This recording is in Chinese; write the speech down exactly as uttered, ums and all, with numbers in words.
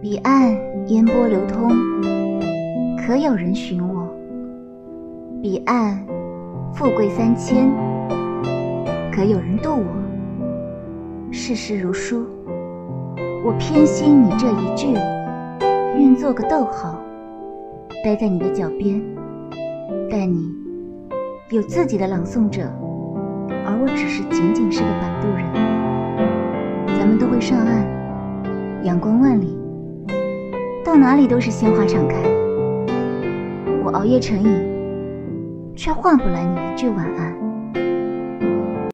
彼岸烟波流通，可有人寻我？彼岸富贵三千，可有人渡我？世事如书，我偏心你这一句，愿做个逗号，待在你的脚边，但你有自己的朗诵者，而我只是仅仅是个摆渡人。咱们都会上岸，阳光万里，到哪里都是鲜花常开。我熬夜成瘾，却换不来你一句晚安。